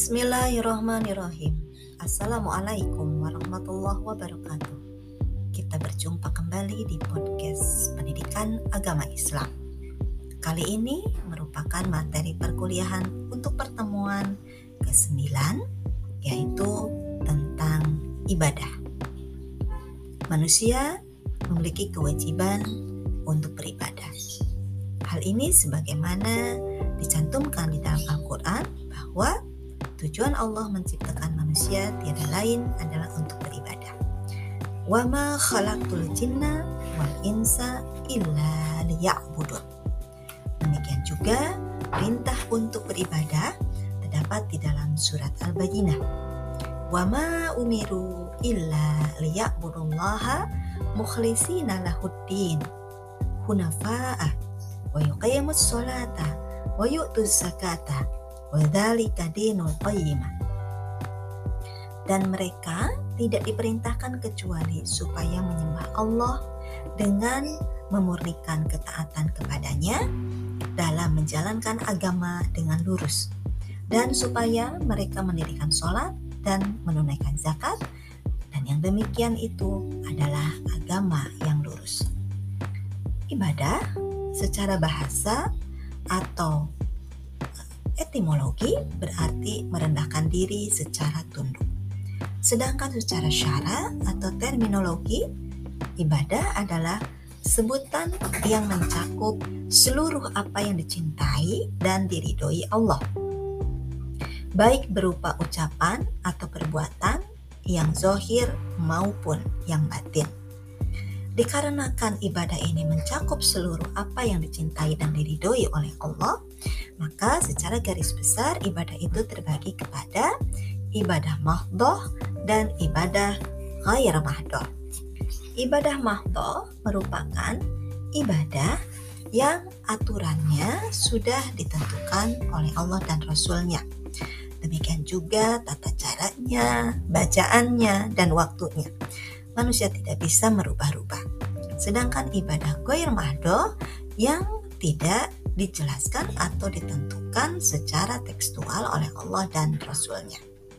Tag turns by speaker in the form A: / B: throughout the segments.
A: Bismillahirrahmanirrahim. Assalamualaikum warahmatullahi wabarakatuh. Kita berjumpa kembali di podcast Pendidikan Agama Islam. Kali ini merupakan materi perkuliahan untuk pertemuan ke-9, yaitu tentang ibadah. Manusia memiliki kewajiban untuk beribadah. Hal ini sebagaimana dicantumkan di dalam Al-Quran bahwa tujuan Allah menciptakan manusia tiada lain adalah untuk beribadah. Wa ma khalaqtul jinna wal insa illa liya'budun. Demikian juga perintah untuk beribadah terdapat di dalam surat Al-Bayyinah. Wa ma umiru illa liya'budullaha mukhlishina lahuddin hunafa'a wa yuqimus sholata wa yu'tuz zakata wa dzalika dinul qayyimah. Dan mereka tidak diperintahkan kecuali supaya menyembah Allah dengan memurnikan ketaatan kepadanya dalam menjalankan agama dengan lurus, dan supaya mereka mendirikan sholat dan menunaikan zakat, dan yang demikian itu adalah agama yang lurus. Ibadah secara bahasa atau etimologi berarti merendahkan diri secara tunduk. Sedangkan secara syara atau terminologi, ibadah adalah sebutan yang mencakup seluruh apa yang dicintai dan diridhoi Allah, baik berupa ucapan atau perbuatan yang zahir maupun yang batin. Dikarenakan ibadah ini mencakup seluruh apa yang dicintai dan diridhoi oleh Allah, maka secara garis besar ibadah itu terbagi kepada ibadah mahdhah dan ibadah ghair mahdhah. Ibadah mahdhah merupakan ibadah yang aturannya sudah ditentukan oleh Allah dan Rasul-Nya. Demikian juga tata caranya, bacaannya, dan waktunya. Manusia tidak bisa merubah-rubah. Sedangkan ibadah ghair mahdhah yang tidak dijelaskan atau ditentukan secara tekstual oleh Allah dan Rasul-Nya.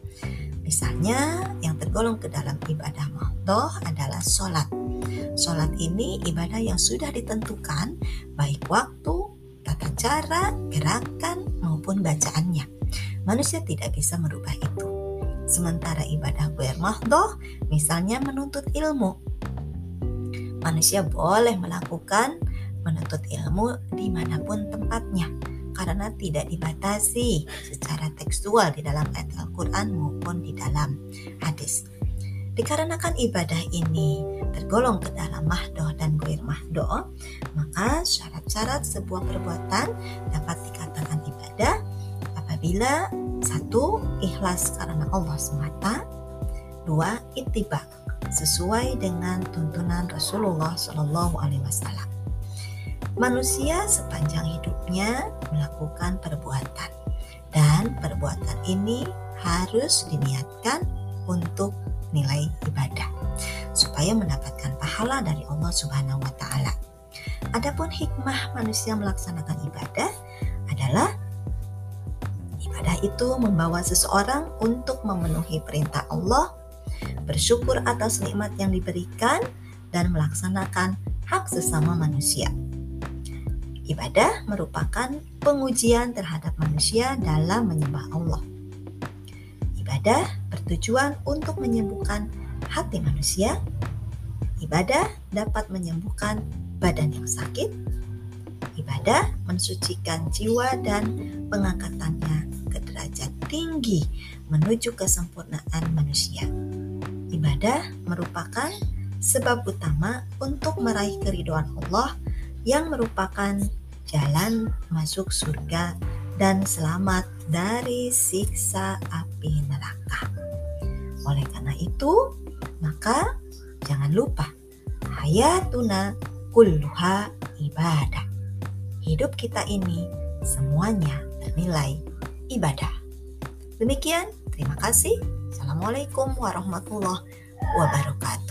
A: Misalnya yang tergolong ke dalam ibadah mahdhah adalah sholat. Sholat ini ibadah yang sudah ditentukan baik waktu, tata cara, gerakan maupun bacaannya. Manusia tidak bisa merubah itu. Sementara ibadah ghair mahdhah misalnya menuntut ilmu. Manusia boleh melakukan menuntut ilmu dimanapun tempatnya karena tidak dibatasi secara tekstual di dalam ayat Al-Quran maupun di dalam hadis. Dikarenakan ibadah ini tergolong ke dalam mahdhah dan ghair mahdhah, maka syarat-syarat sebuah perbuatan dapat dikatakan ibadah apabila 1. Ikhlas karena Allah semata. 2. Ittiba sesuai dengan tuntunan Rasulullah SAW. Manusia sepanjang hidupnya melakukan perbuatan, dan perbuatan ini harus diniatkan untuk nilai ibadah supaya mendapatkan pahala dari Allah Subhanahu wa taala. Adapun hikmah manusia melaksanakan ibadah adalah ibadah itu membawa seseorang untuk memenuhi perintah Allah, bersyukur atas nikmat yang diberikan, dan melaksanakan hak sesama manusia. Ibadah merupakan pengujian terhadap manusia dalam menyembah Allah. Ibadah bertujuan untuk menyembuhkan hati manusia. Ibadah dapat menyembuhkan badan yang sakit. Ibadah mensucikan jiwa dan pengangkatannya ke derajat tinggi menuju kesempurnaan manusia. Ibadah merupakan sebab utama untuk meraih keridhaan Allah yang merupakan jalan masuk surga dan selamat dari siksa api neraka. Oleh karena itu, maka jangan lupa hayatuna kulluha ibadah. Hidup kita ini semuanya bernilai ibadah. Demikian, terima kasih. Assalamualaikum warahmatullahi wabarakatuh.